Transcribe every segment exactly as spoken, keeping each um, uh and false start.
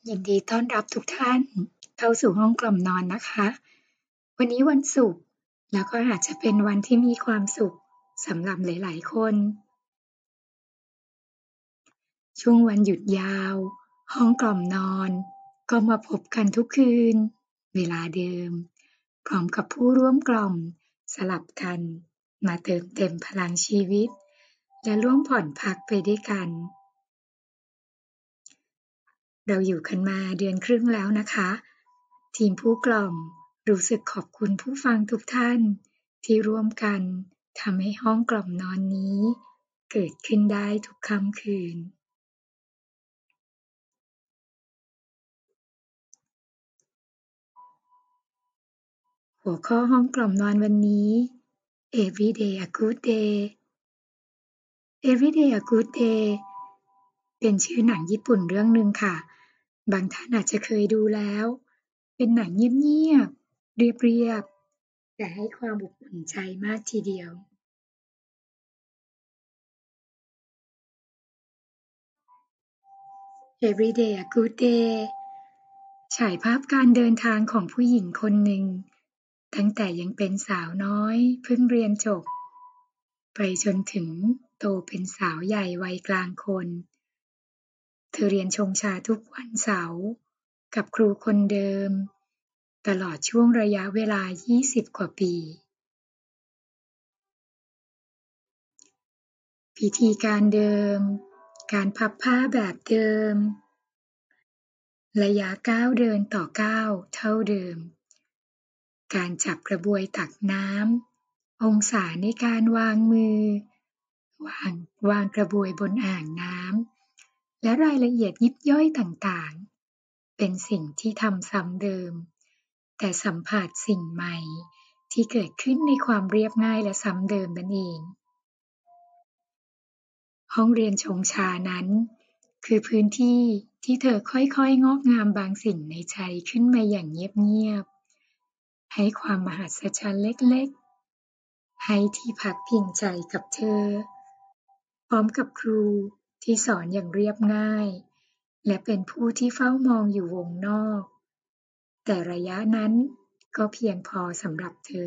ยินดีต้อนรับทุกท่านเข้าสู่ห้องกล่อมนอนนะคะ วันนี้วันศุกร์แล้วก็อาจจะเป็นวันที่มีความสุขสำหรับหลายๆคน ช่วงวันหยุดยาว ห้องกล่อมนอนก็มาพบกันทุกคืน เวลาเดิม พร้อมกับผู้ร่วมกล่อมสลับกันมาเติมเต็มพลังชีวิต และร่วมผ่อนพักไปด้วยกัน เราอยู่กันมาเดือนครึ่งแล้วนะคะ ทีมผู้กล่อมรู้สึกขอบคุณผู้ฟังทุกท่านที่ร่วมกันทำให้ห้องกล่อมนอนนี้เกิดขึ้นได้ทุกค่ำคืน หัวข้อห้องกล่อมนอนวันนี้ Every day a good day Every day a good day เป็นชื่อหนังญี่ปุ่นเรื่องหนึ่งค่ะ บางท่านอาจจะเคยดูแล้ว เป็นหนังเงียบๆ เรียบๆ แต่ให้ความอบอุ่นใจมากทีเดียว Every day a good day ฉายภาพการเดินทางของผู้หญิงคนหนึ่งตั้งแต่ยังเป็นสาวน้อยเพิ่งเรียนจบไปจนถึงโตเป็นสาวใหญ่วัยกลางคนเธอเรียนชงชาทุกวันเสาร์กับครูคนเดิมตลอดช่วงระยะเวลายี่สิบกว่าปีพิธีการเดิมการพับผ้าแบบเดิมระยะก้าวเดินต่อก้าวเท่าเดิมการจับกระบวยตักน้ำองศาในการวางมือวางวางกระบวยบนอ่างน้ำและรายละเอียดยิบย่อยต่างๆเป็นสิ่งที่ทำซ้ำเดิมแต่สัมผัสสิ่งใหม่ที่เกิดขึ้นในความเรียบง่ายและซ้ำเดิมนั่นเองห้องเรียนชงชานั้นคือพื้นที่ที่เธอค่อยๆงอกงามบางสิ่งในใจขึ้นมาอย่างเงียบๆให้ความมหัศจรรย์เล็กๆให้ที่พักพิงใจกับเธอพร้อมกับครูที่สอนอย่างเรียบง่ายและเป็นผู้ที่เฝ้ามองอยู่วงนอกแต่ระยะนั้นก็เพียงพอสำหรับเธ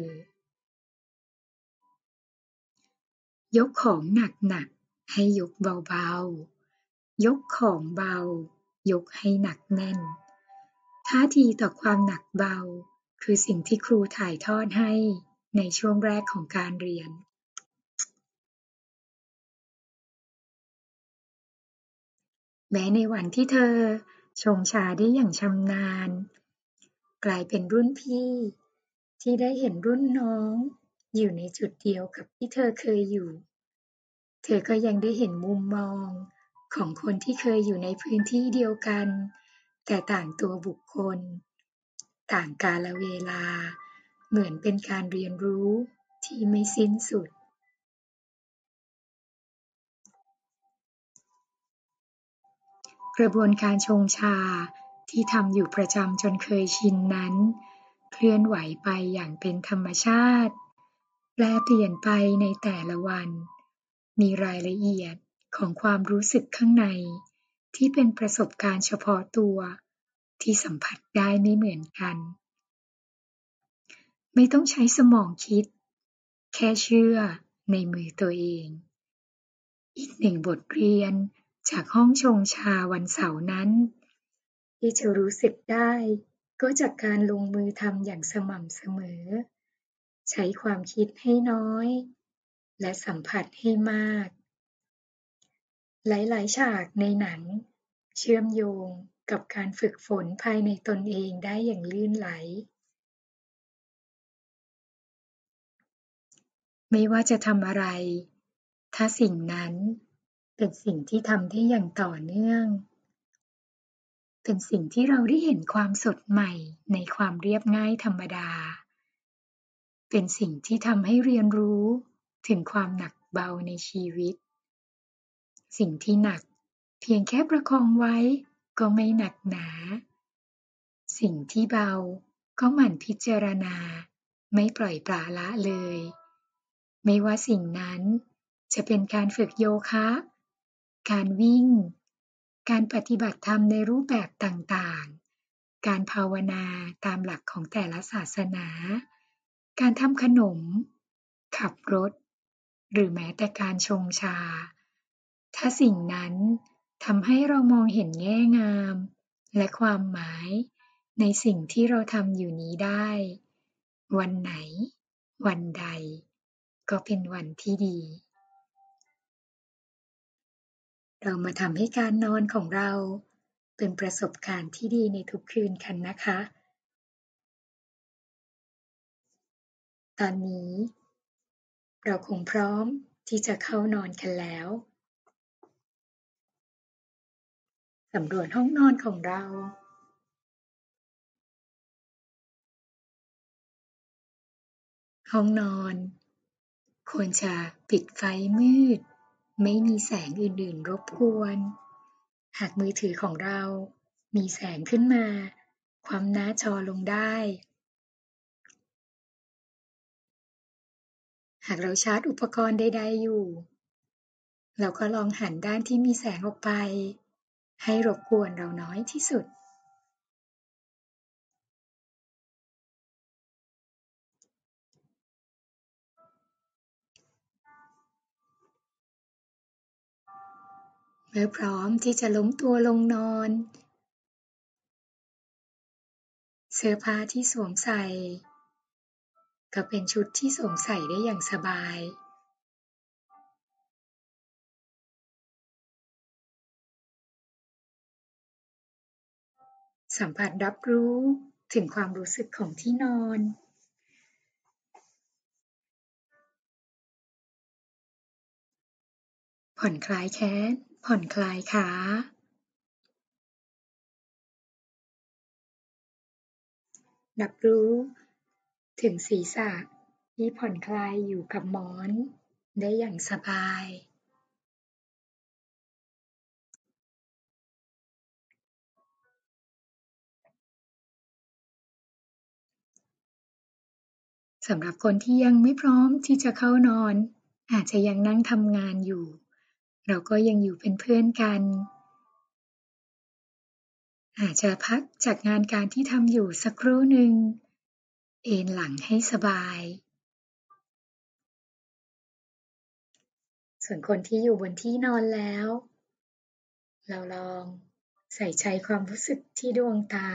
อยกของหนักๆให้ยกเบาๆยกของเบายกให้หนักแน่นท่าทีต่อความหนักเบาคือสิ่งที่ครูถ่ายทอดให้ในช่วงแรกของการเรียนแม้ในวันที่เธอชงชาได้อย่างชำนาญกลายเป็นรุ่นพี่ที่ได้เห็นรุ่นน้องอยู่ในจุดเดียวกับที่เธอเคยอยู่เธอก็ยังได้เห็นมุมมองของคนที่เคยอยู่ในพื้นที่เดียวกันแต่ต่างตัวบุคคลต่างกาลเวลาเหมือนเป็นการเรียนรู้ที่ไม่สิ้นสุดกระบวนการชงชาที่ทำอยู่ประจำจนเคยชินนั้นเคลื่อนไหวไปอย่างเป็นธรรมชาติแปรเปลี่ยนไปในแต่ละวันมีรายละเอียดของความรู้สึกข้างในที่เป็นประสบการณ์เฉพาะตัวที่สัมผัสได้ไม่เหมือนกันไม่ต้องใช้สมองคิดแค่เชื่อในมือตัวเองอีกหนึ่งบทเรียนจากห้องชงชาวันเสาร์นั้นที่จะรู้สึกได้ก็จากการลงมือทำอย่างสม่ำเสมอใช้ความคิดให้น้อยและสัมผัสให้มากหลายๆฉากในหนังเชื่อมโยงกับการฝึกฝนภายในตนเองได้อย่างลื่นไหลไม่ว่าจะทำอะไรถ้าสิ่งนั้นเป็นสิ่งที่ทำได้อย่างต่อเนื่องเป็นสิ่งที่เราได้เห็นความสดใหม่ในความเรียบง่ายธรรมดาเป็นสิ่งที่ทำให้เรียนรู้ถึงความหนักเบาในชีวิตสิ่งที่หนักเพียงแค่ประคองไว้ก็ไม่หนักหนาสิ่งที่เบาก็หมั่นพิจารณาไม่ปล่อยปละละเลยไม่ว่าสิ่งนั้นจะเป็นการฝึกโยคะการวิ่งการปฏิบัติธรรมในรูปแบบต่างๆการภาวนาตามหลักของแต่ละศาสนาการทำขนมขับรถหรือแม้แต่การชงชาถ้าสิ่งนั้นทำให้เรามองเห็นแง่งามและความหมายในสิ่งที่เราทำอยู่นี้ได้วันไหนวันใดก็เป็นวันที่ดีเรามาทำให้การนอนของเราเป็นประสบการณ์ที่ดีในทุกคืนกันนะคะตอนนี้เราคงพร้อมที่จะเข้านอนกันแล้วสำรวจห้องนอนของเราห้องนอนควรจะปิดไฟมืดไม่มีแสงอื่นๆรบกวนหากมือถือของเรามีแสงขึ้นมาคว่ำหน้าจอลงได้หากเราชาร์จอุปกรณ์ใดๆอยู่เราก็ลองหันด้านที่มีแสงออกไปให้รบกวนเราน้อยที่สุดเมื่อพร้อมที่จะล้มตัวลงนอนเสื้อผ้าที่สวมใส่ก็เป็นชุดที่สวมใส่ได้อย่างสบายสัมผัสรับรู้ถึงความรู้สึกของที่นอนผ่อนคลายแขนผ่อนคลายขารับรู้ถึงศีรษะที่ผ่อนคลายอยู่กับหมอนได้อย่างสบายสำหรับคนที่ยังไม่พร้อมที่จะเข้านอนอาจจะยังนั่งทำงานอยู่เราก็ยังอยู่เป็นเพื่อนกันอาจจะพักจากงานการที่ทำอยู่สักครู่หนึ่งเอนหลังให้สบายส่วนคนที่อยู่บนที่นอนแล้วเราลองใส่ใจความรู้สึกที่ดวงตา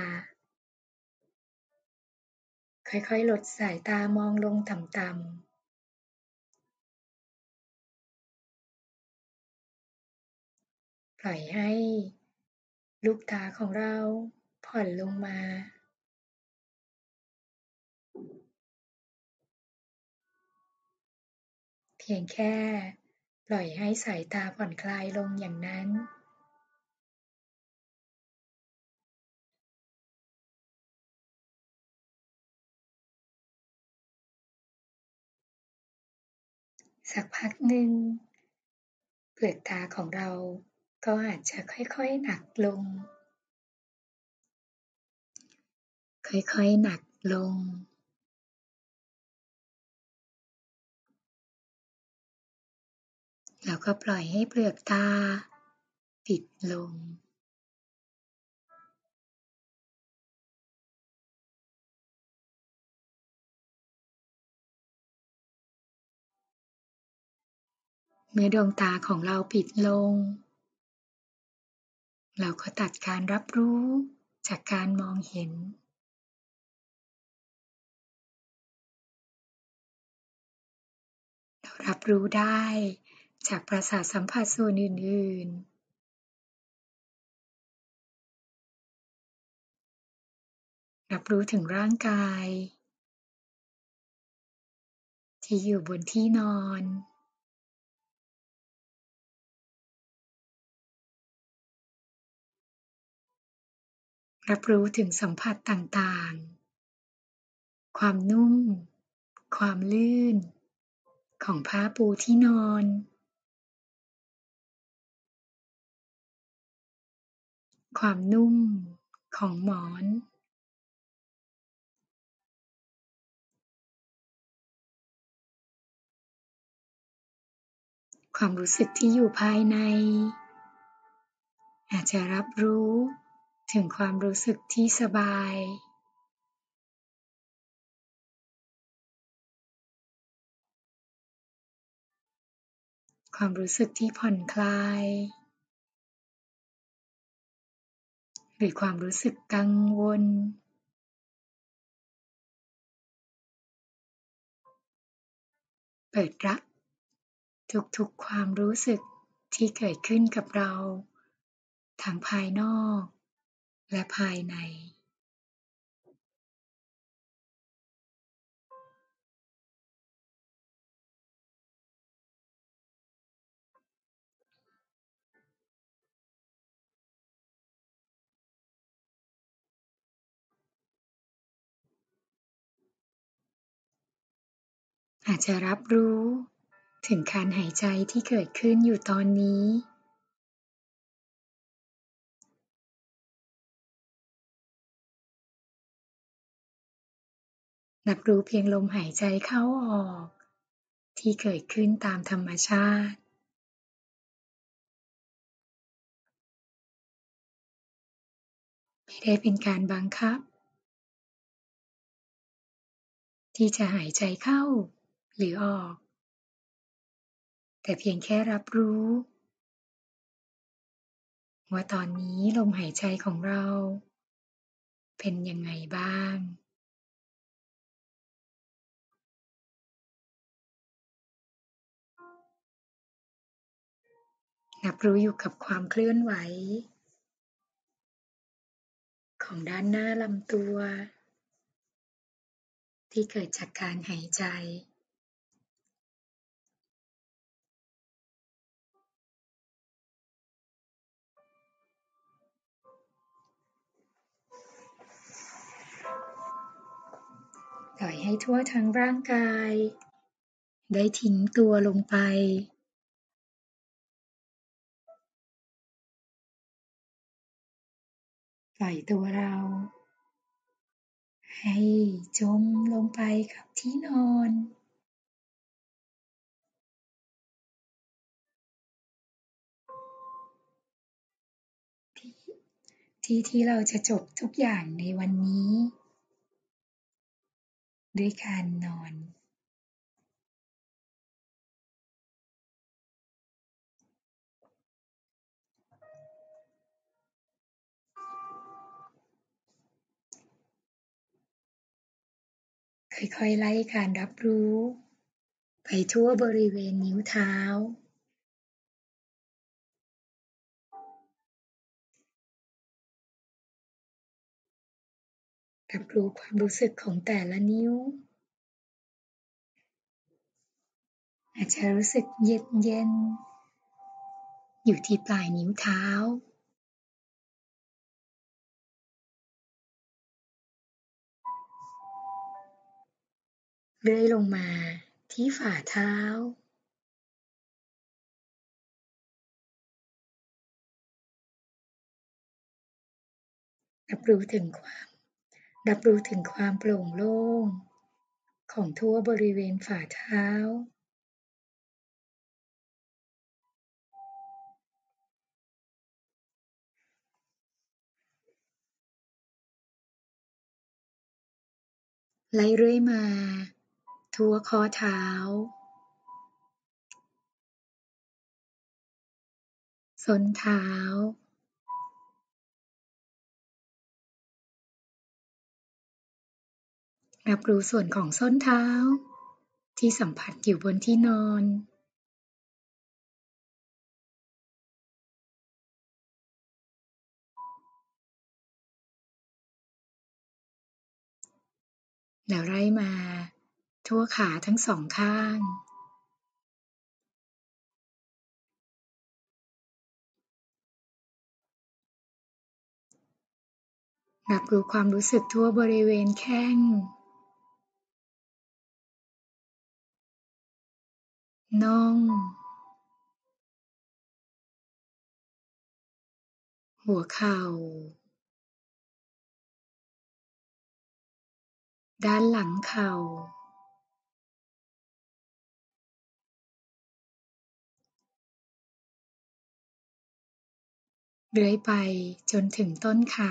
ค่อยๆลดสายตามองลงต่ำๆปล่อยให้ลูกตาของเราผ่อนลงมาเพียงแค่ปล่อยให้สายตาผ่อนคลายลงอย่างนั้นสักพักหนึ่งเปลือกตาของเราก็อาจจะค่อยๆหนักลงค่อยๆหนักลงแล้วก็ปล่อยให้เปลือกตาปิดลงเมื่อดวงตาของเราปิดลงเราก็ตัดการรับรู้จากการมองเห็นเรารับรู้ได้จากประสาทสัมผัสส่วนอื่นๆรับรู้ถึงร่างกายที่อยู่บนที่นอนรับรู้ถึงสัมผัสต่างๆความนุ่มความลื่นของผ้าปูที่นอนความนุ่มของหมอนความรู้สึกที่อยู่ภายในอาจจะรับรู้ถึงความรู้สึกที่สบายความรู้สึกที่ผ่อนคลายหรือความรู้สึกกังวลเปิดรับทุกๆความรู้สึกที่เกิดขึ้นกับเราทั้งภายนอกและภายในอาจจะรับรู้ถึงการหายใจที่เกิดขึ้นอยู่ตอนนี้รับรู้เพียงลมหายใจเข้าออกที่เกิดขึ้นตามธรรมชาติไม่ได้เป็นการบังคับที่จะหายใจเข้าหรือออกแต่เพียงแค่รับรู้ว่าตอนนี้ลมหายใจของเราเป็นยังไงบ้างรับรู้อยู่กับความเคลื่อนไหวของด้านหน้าลำตัวที่เกิดจากการหายใจปล่อยให้ทั่วทั้งร่างกายได้ทิ้งตัวลงไปปล่อยตัวเราให้จมลงไปกับที่นอนที่ที่ที่เราจะจบทุกอย่างในวันนี้ด้วยการนอนค่อยๆไล่การรับรู้ไปทั่วบริเวณนิ้วเท้ารับรู้ความรู้สึกของแต่ละนิ้วอาจจะรู้สึกเย็นๆอยู่ที่ปลายนิ้วเท้าเลื่อยลงมาที่ฝ่าเท้ารับรู้ถึงความรับรู้ถึงความโปร่งโล่งของทั่วบริเวณฝ่าเท้าไล่เรื่อยมาทั่วข้อเท้าส้นเท้ารับรู้ส่วนของส้นเท้าที่สัมผัสอยู่บนที่นอนแล้วไล่มาทั่วขาทั้งสองข้างรับรู้ความรู้สึกทั่วบริเวณแข้งน่องหัวเข่าด้านหลังเข่าเรื่อยไปจนถึงต้นขา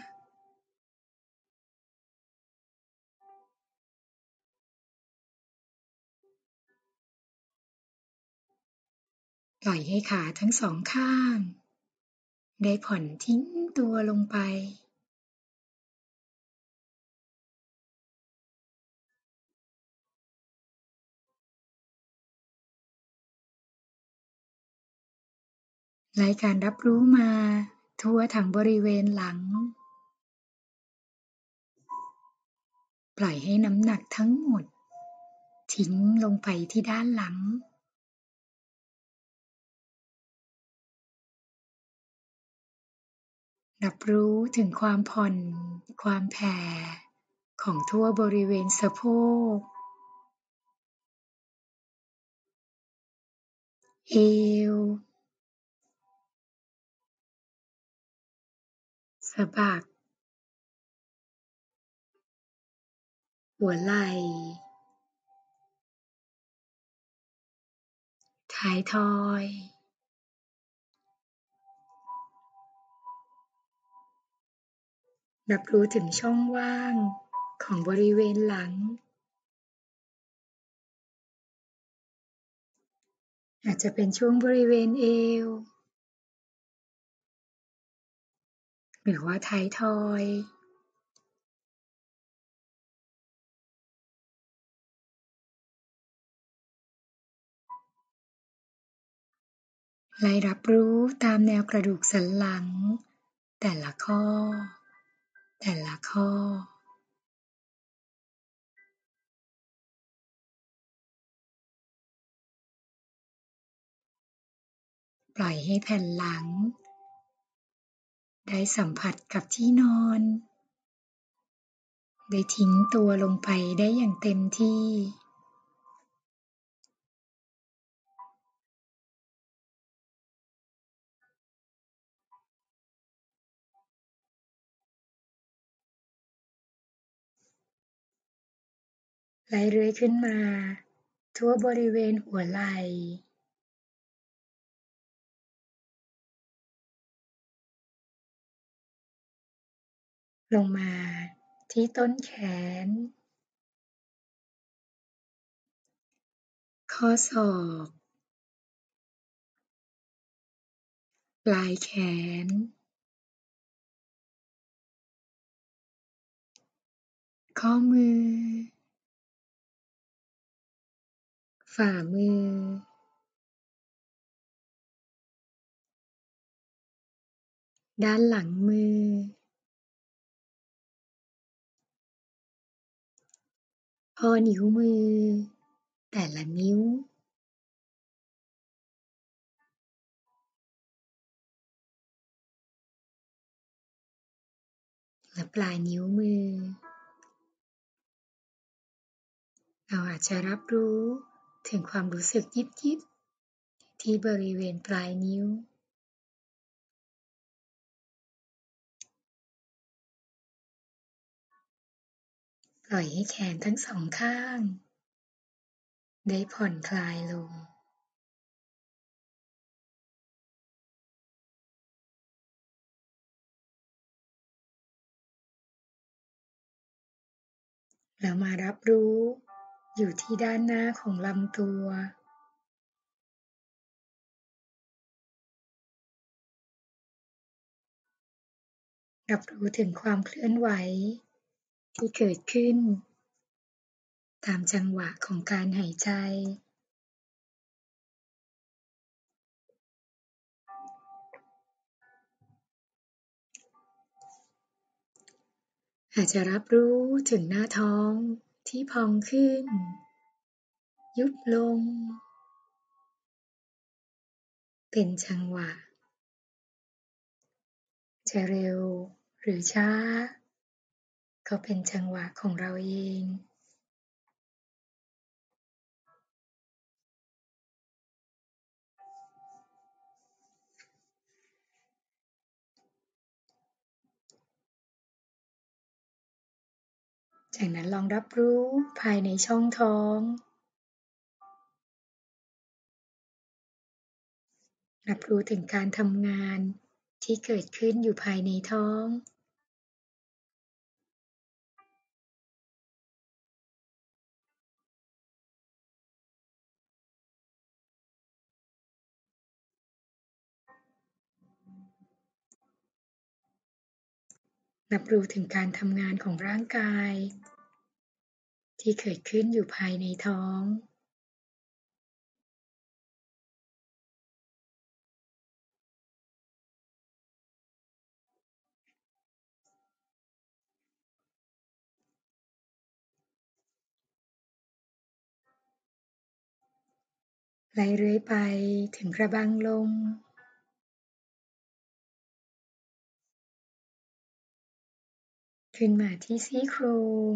ปล่อยให้ขาทั้งสองข้างได้ผ่อนทิ้งตัวลงไปรายการรับรู้มาทั่วทั้งบริเวณหลังปล่อยให้น้ำหนักทั้งหมดทิ้งลงไปที่ด้านหลังรับรู้ถึงความผ่อนความแผ่ของทั่วบริเวณสะโพกเอวสะบักหัวไหล่ท้ายทอยรับรู้ถึงช่องว่างของบริเวณหลังอาจจะเป็นช่วงบริเวณเอวหรือว่าท้ายทอยไล่รับรู้ตามแนวกระดูกสันหลังแต่ละข้อแต่ละข้อปล่อยให้แผ่นหลังได้สัมผัสกับที่นอนได้ทิ้งตัวลงไปได้อย่างเต็มที่ไล่เรื่อยขึ้นมาทั่วบริเวณหัวไหล่ลงมาที่ต้นแขนข้อศอกปลายแขนข้อมือฝ่ามือด้านหลังมือข้อนิ้วมือแต่ละนิ้วและปลายนิ้วมือเราอาจจะรับรู้ถึงความรู้สึกยิบๆที่บริเวณปลายนิ้วปล่อยให้แขนทั้งสองข้างได้ผ่อนคลายลงแล้วมารับรู้อยู่ที่ด้านหน้าของลำตัวรับรู้ถึงความเคลื่อนไหวที่เกิดขึ้นตามจังหวะของการหายใจอาจจะรับรู้ถึงหน้าท้องที่พองขึ้นยุบลงเป็นจังหวะจะเร็วหรือช้าก็เป็นจังหวะของเราเองจากนั้นลองรับรู้ภายในช่องท้องรับรู้ถึงการทำงานที่เกิดขึ้นอยู่ภายในท้องรับรู้ถึงการทำงานของร่างกายที่เกิดขึ้นอยู่ภายในท้องไหลเรื่อยไปถึงกระบังลมขึ้นมาที่ซี่โครง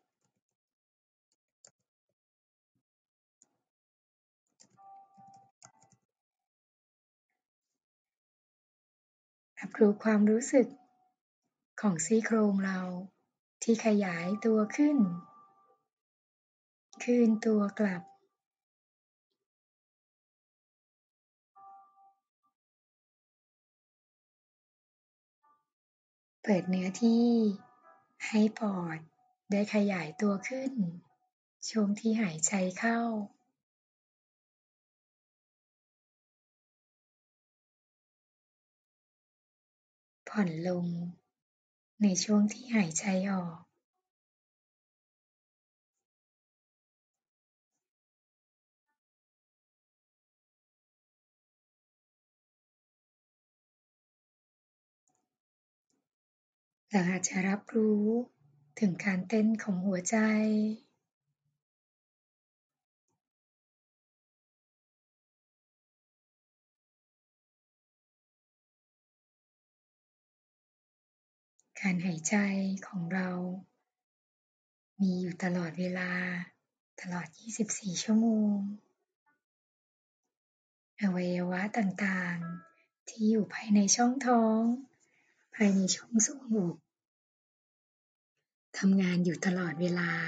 รับรู้ความรู้สึกของซี่โครงเราที่ขยายตัวขึ้นคืนตัวกลับเปิดเนื้อที่ให้ปอดได้ขยายตัวขึ้นช่วงที่หายใจเข้าผ่อนลงในช่วงที่หายใจออกเราอาจจะรับรู้ถึงการเต้นของหัวใจการหายใจของเรามีอยู่ตลอดเวลาตลอด ยี่สิบสี่ ชั่วโมงอวัยวะต่างๆที่อยู่ภายในช่องท้องภายในช่องทรวงอกทำงานอยู่ตลอดเวลา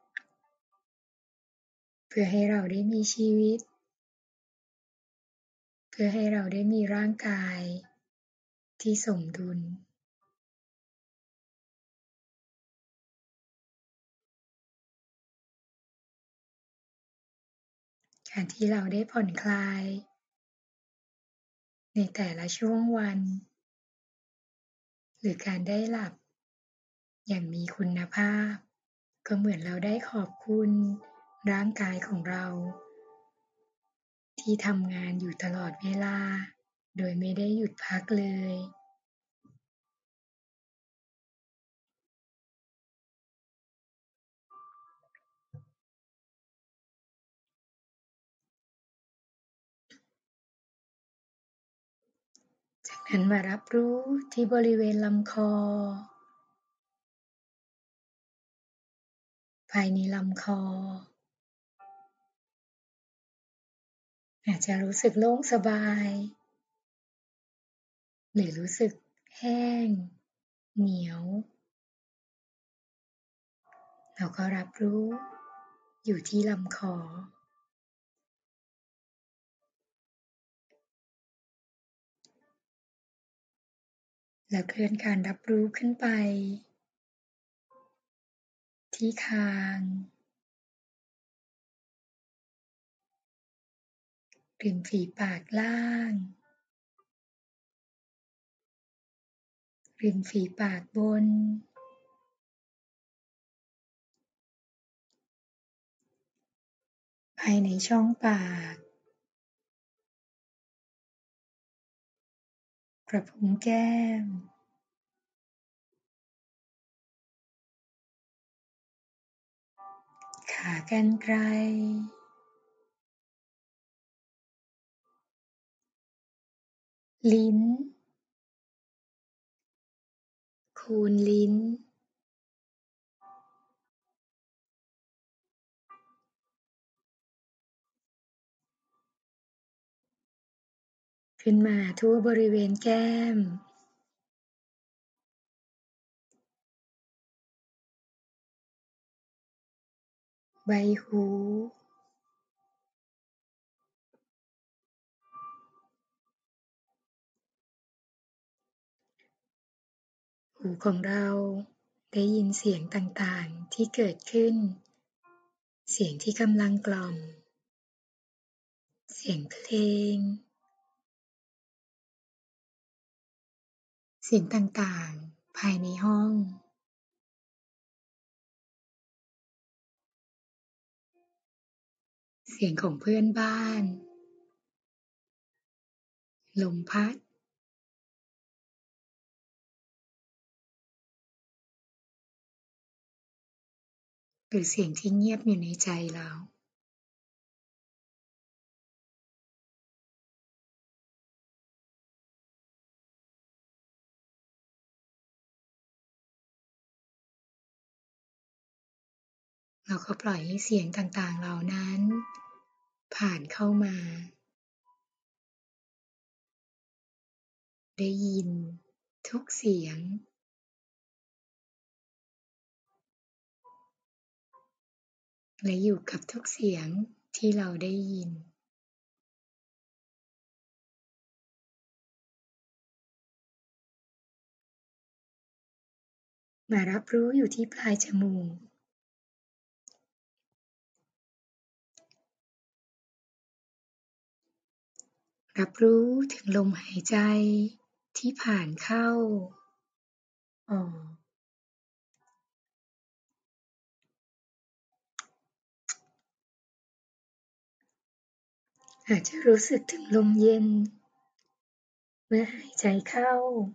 เพื่อให้เราได้มีชีวิตเพื่อให้เราได้มีร่างกายที่สมดุลการที่เราได้ผ่อนคลายในแต่ละช่วงวันหรือการได้หลับอย่างมีคุณภาพก็เหมือนเราได้ขอบคุณร่างกายของเราที่ทำงานอยู่ตลอดเวลาโดยไม่ได้หยุดพักเลยจากนั้นมารับรู้ที่บริเวณลำคอภายในลำคออาจจะรู้สึกโล่งสบายหรือรู้สึกแห้งเหนียวเราก็รับรู้อยู่ที่ลำคอแล้วเคลื่อนการรับรู้ขึ้นไปที่คางริมฝีปากล่างริมฝีปากบนภายในช่องปากกระพุ้งแก้มขากรรไกรลิ้นคูนลิ้นขึ้นมาทั่วบริเวณแก้มใบหูหูของเราได้ยินเสียงต่างๆที่เกิดขึ้นเสียงที่กำลังกล่อมเสียงเพลงเสียงต่างๆภายในห้องเสียงของเพื่อนบ้านลมพัดหรือเสียงที่เงียบอยู่ในใจเราเราก็ปล่อยให้เสียงต่างๆเหล่านั้นผ่านเข้ามาได้ยินทุกเสียงและอยู่กับทุกเสียงที่เราได้ยินมารับรู้อยู่ที่ปลายจมูกรับรู้ถึงลมหายใจที่ผ่านเข้าออกอาจจะรู้สึกถึงลมเย็นเมื่อหายใจเข้า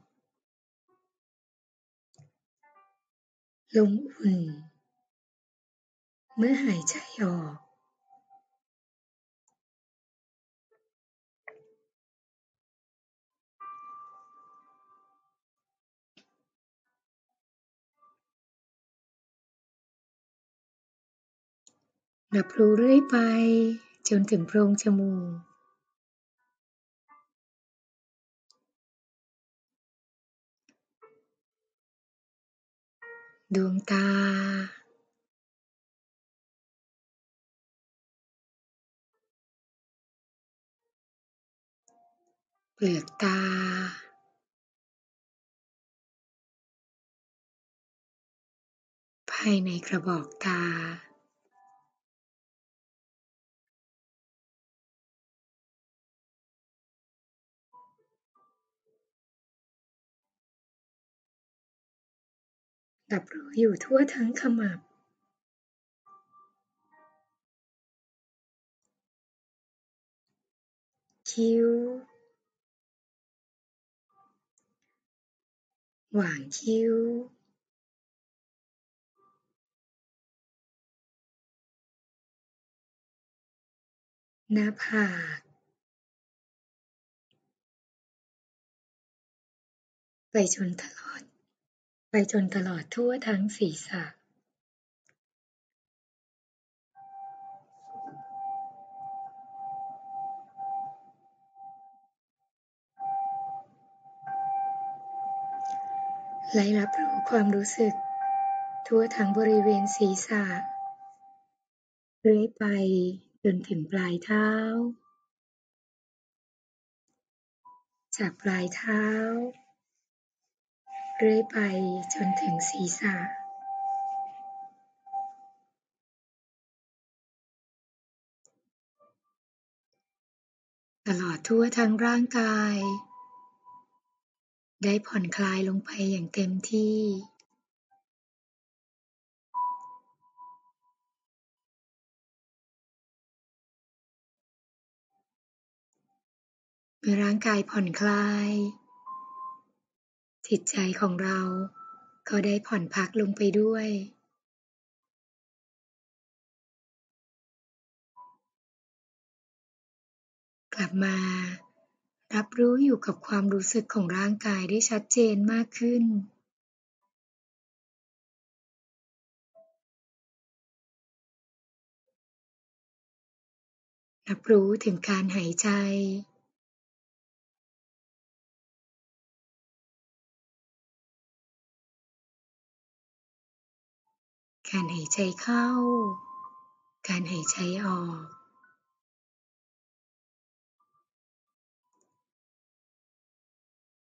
ลมอุ่นเมื่อหายใจออกรับรู้เรื่อยไปจนถึงโพรงจมูกดวงตาเปลือกตาภายในกระบอกตารับรู้อยู่ทั่วทั้งขมับคิ้วหว่างคิ้วหน้าผากไปจนตลอดไปจนตลอดทั่วทั้งศีรษะและรับรู้ความรู้สึกทั่วทั้งบริเวณศีรษะเรื่อยไปจนถึงปลายเท้าจากปลายเท้าเรื่อยไปจนถึงศีรษะตลอดทั่วทั้งร่างกายได้ผ่อนคลายลงไปอย่างเต็มที่เมื่อร่างกายผ่อนคลายจิตใจของเราก็ได้ผ่อนพักลงไปด้วยกลับมารับรู้อยู่กับความรู้สึกของร่างกายได้ชัดเจนมากขึ้นรับรู้ถึงการหายใจการหายใจเข้าการหายใจออก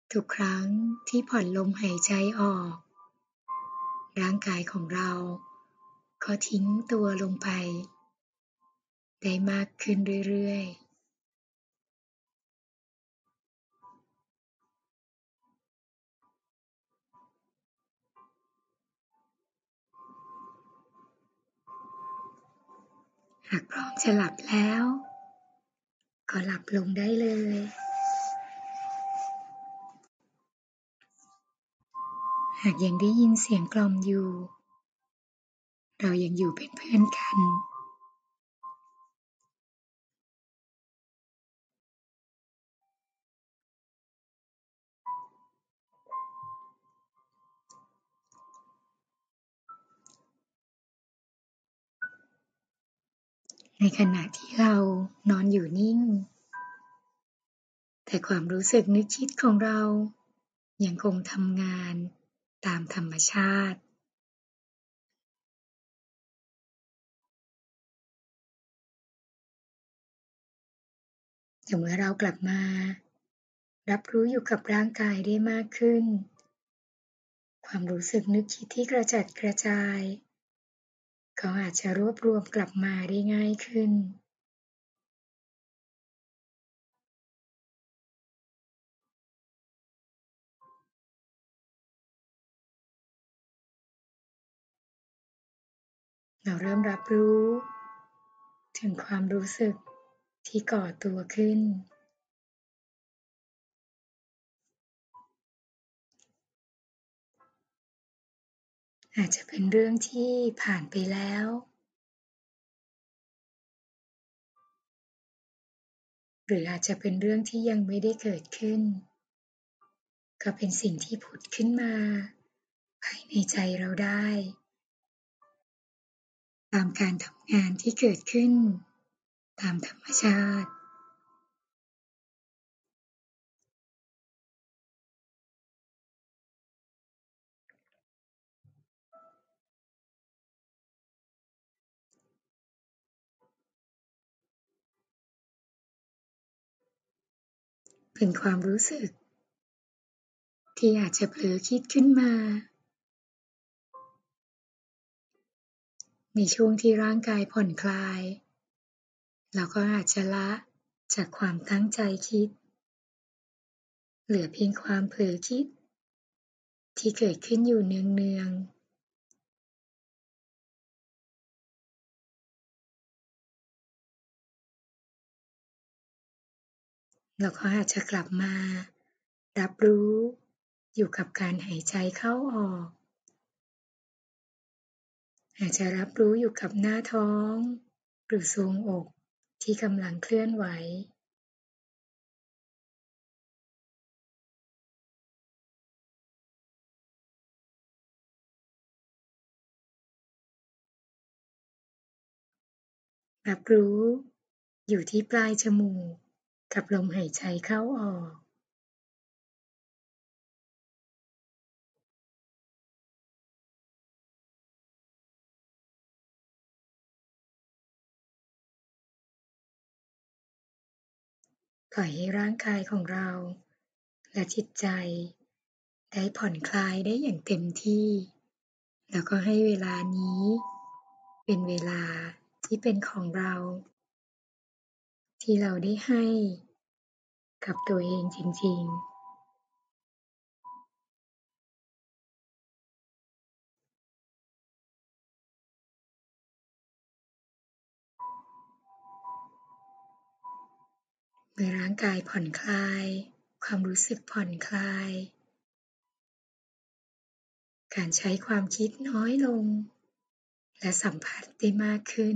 ทุกครั้งที่ผ่อนลมหายใจออกร่างกายของเราก็ทิ้งตัวลงไปได้มากขึ้นเรื่อยๆหากพร้อมจะหลับแล้วก็หลับลงได้เลยหากยังได้ยินเสียงกล่อมอยู่เรายังอยู่เป็นเพื่อนกันในขณะที่เรานอนอยู่นิ่งแต่ความรู้สึกนึกคิดของเรายังคงทำงานตามธรรมชาติแต่เมื่อเรากลับมารับรู้อยู่กับร่างกายได้มากขึ้นความรู้สึกนึกคิดที่กระจัดกระจายก็อาจจะรวบรวมกลับมาได้ง่ายขึ้นเราเริ่มรับรู้ถึงความรู้สึกที่ก่อตัวขึ้นอาจจะเป็นเรื่องที่ผ่านไปแล้วหรืออาจจะเป็นเรื่องที่ยังไม่ได้เกิดขึ้นก็เป็นสิ่งที่ผุดขึ้นมาภายในใจเราได้ตามการทำงานที่เกิดขึ้นตามธรรมชาติเป็นความรู้สึกที่อาจจะเผลอคิดขึ้นมาในช่วงที่ร่างกายผ่อนคลายเราก็อาจจะละจากความตั้งใจคิดเหลือเพียงความเผลอคิดที่เกิดขึ้นอยู่เนืองๆเราก็อาจจะกลับมารับรู้อยู่กับการหายใจเข้าออกอาจจะรับรู้อยู่กับหน้าท้องหรือทรวงอกที่กำลังเคลื่อนไหวรับรู้อยู่ที่ปลายจมูกกับลมหายใจเข้าออกปล่อยให้ร่างกายของเราและจิตใจได้ผ่อนคลายได้อย่างเต็มที่แล้วก็ให้เวลานี้เป็นเวลาที่เป็นของเราที่เราได้ให้กับตัวเองจริงๆเมื่อร่างกายผ่อนคลายความรู้สึกผ่อนคลายการใช้ความคิดน้อยลงและสัมผัสได้มากขึ้น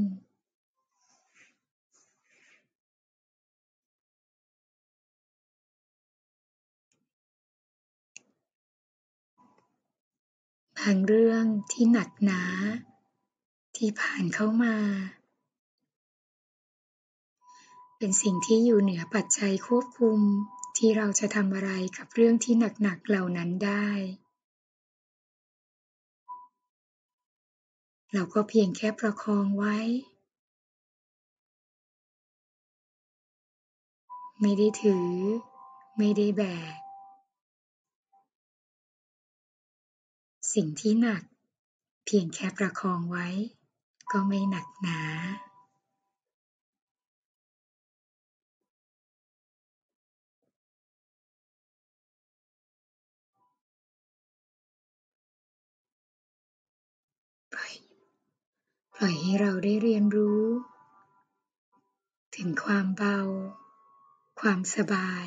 บางเรื่องที่หนักหนาที่ผ่านเข้ามาเป็นสิ่งที่อยู่เหนือปัจจัยควบคุมที่เราจะทำอะไรกับเรื่องที่หนักๆเหล่านั้นได้เราก็เพียงแค่ประคองไว้ไม่ได้ถือไม่ได้แบกสิ่งที่หนักเพียงแค่ประคองไว้ก็ไม่หนักหนาปล่อยปล่อยให้เราได้เรียนรู้ถึงความเบาความสบาย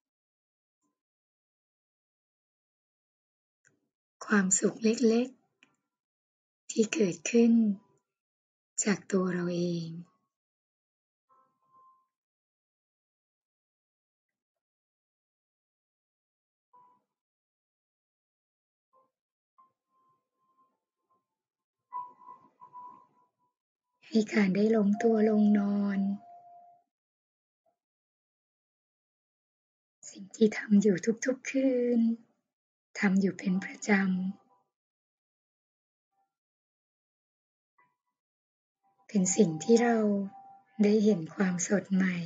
ความสุขเล็กๆที่เกิดขึ้นจากตัวเราเองให้การได้ล้มตัวลงนอนสิ่งที่ทำอยู่ทุกๆคืนทำอยู่เป็นประจำเป็นสิ่งที่เราได้เห็นความสดใหม่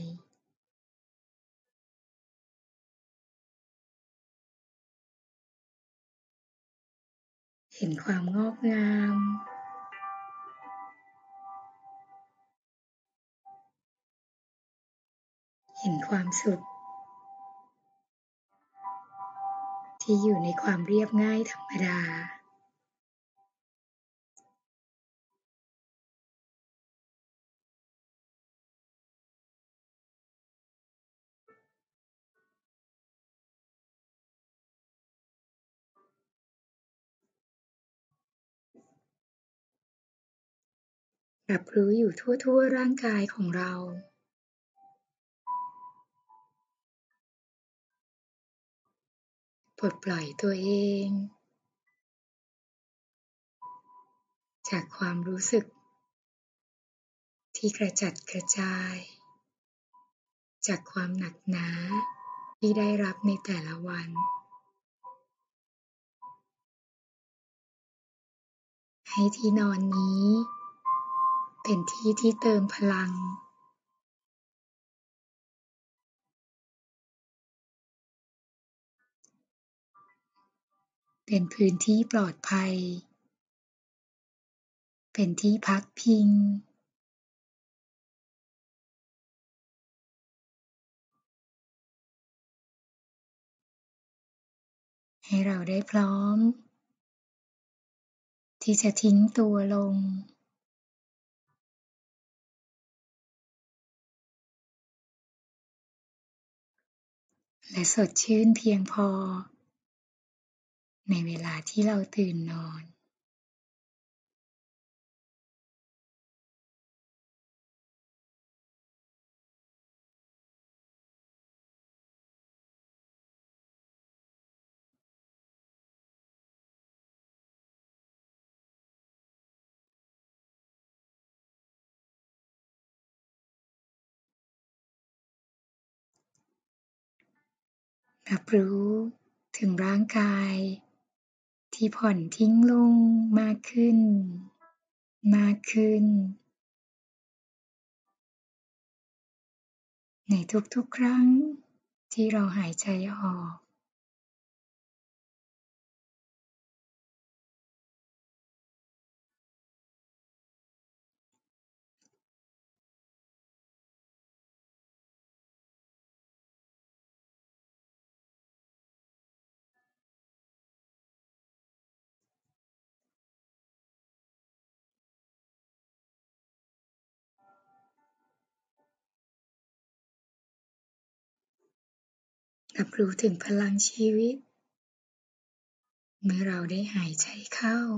เห็นความงอกงามเห็นความสุขที่อยู่ในความเรียบง่ายธรรมดารับรู้อยู่ทั่วๆร่างกายของเราปลดปล่อยตัวเองจากความรู้สึกที่กระจัดกระจายจากความหนักหนาที่ได้รับในแต่ละวันให้ที่นอนนี้เป็นที่ที่เติมพลังเป็นพื้นที่ปลอดภัยเป็นที่พักพิงให้เราได้พร้อมที่จะทิ้งตัวลงและสดชื่นเพียงพอในเวลาที่เราตื่นนอนรับรู้ถึงร่างกายที่ผ่อนทิ้งลงมากขึ้นมากขึ้นในทุกๆครั้งที่เราหายใจออกรับรู้ถึงพลังชีวิตเมื่อเราได้หายใจเข้า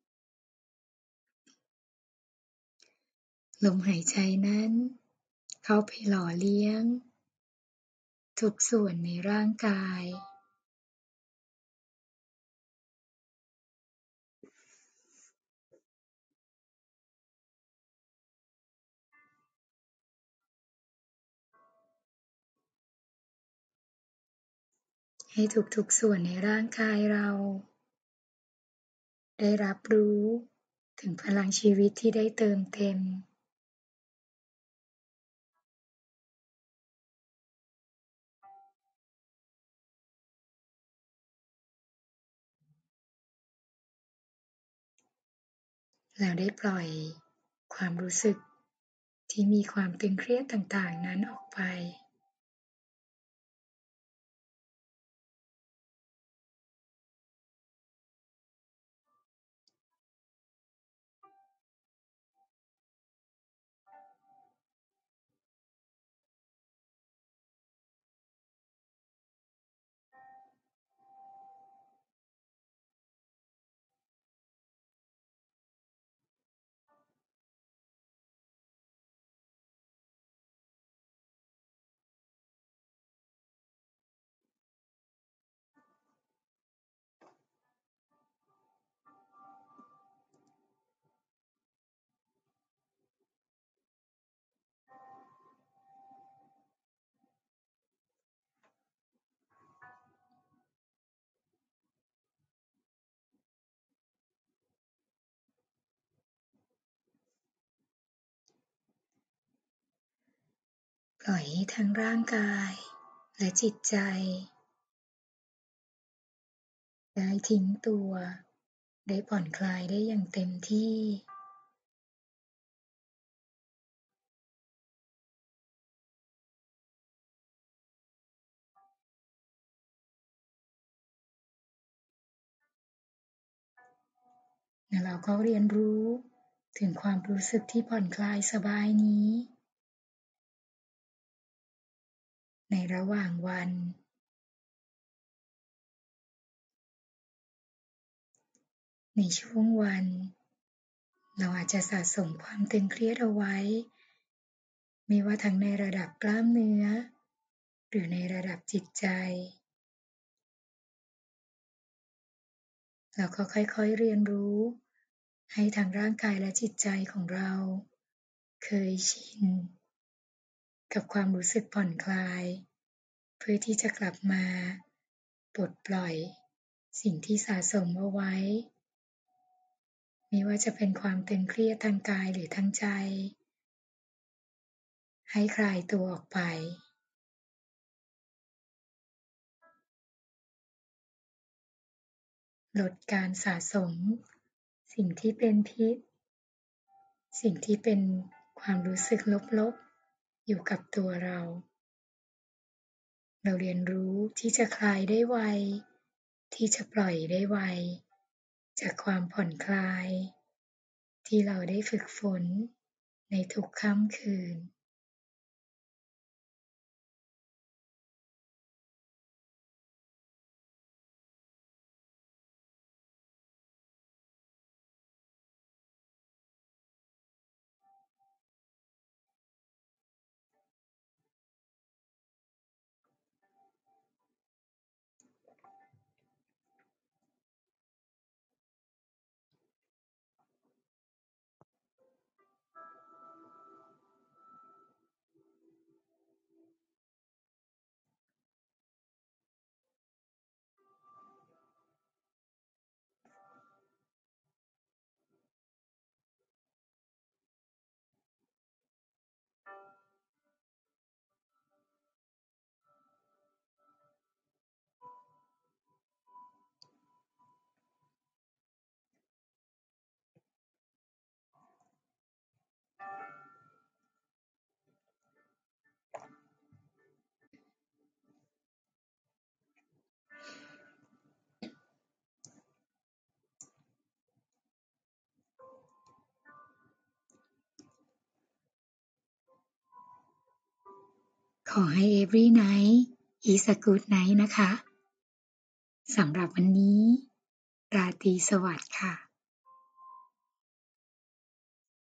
ลมหายใจนั้นเข้าไปหล่อเลี้ยงทุกส่วนในร่างกายให้ทุกๆส่วนในร่างกายเราได้รับรู้ถึงพลังชีวิตที่ได้เติมเต็มแล้วได้ปล่อยความรู้สึกที่มีความตึงเครียดต่างๆนั้นออกไปปล่อยให้ทั้งร่างกายและจิตใจได้ทิ้งตัวได้ผ่อนคลายได้อย่างเต็มที่และเราก็เรียนรู้ถึงความรู้สึกที่ผ่อนคลายสบายนี้ในระหว่างวันในช่วงวันเราอาจจะสะสมความตึงเครียดเอาไว้ไม่ว่าทั้งในระดับกล้ามเนื้อหรือในระดับจิตใจเราก็ค่อยๆเรียนรู้ให้ทางร่างกายและจิตใจของเราเคยชินกับความรู้สึกผ่อนคลายเพื่อที่จะกลับมาปลดปล่อยสิ่งที่สะสมเอาไว้ไม่ว่าจะเป็นความตึงเครียดทางกายหรือทางใจให้คลายตัวออกไปลดการสะสมสิ่งที่เป็นพิษสิ่งที่เป็นความรู้สึกลบๆอยู่กับตัวเราเราเรียนรู้ที่จะคลายได้ไวที่จะปล่อยได้ไวจากความผ่อนคลายที่เราได้ฝึกฝนในทุกค่ำคืนขอให้ every night is a good night นะคะสำหรับวันนี้ราตรีสวัสดิ์ค่ะ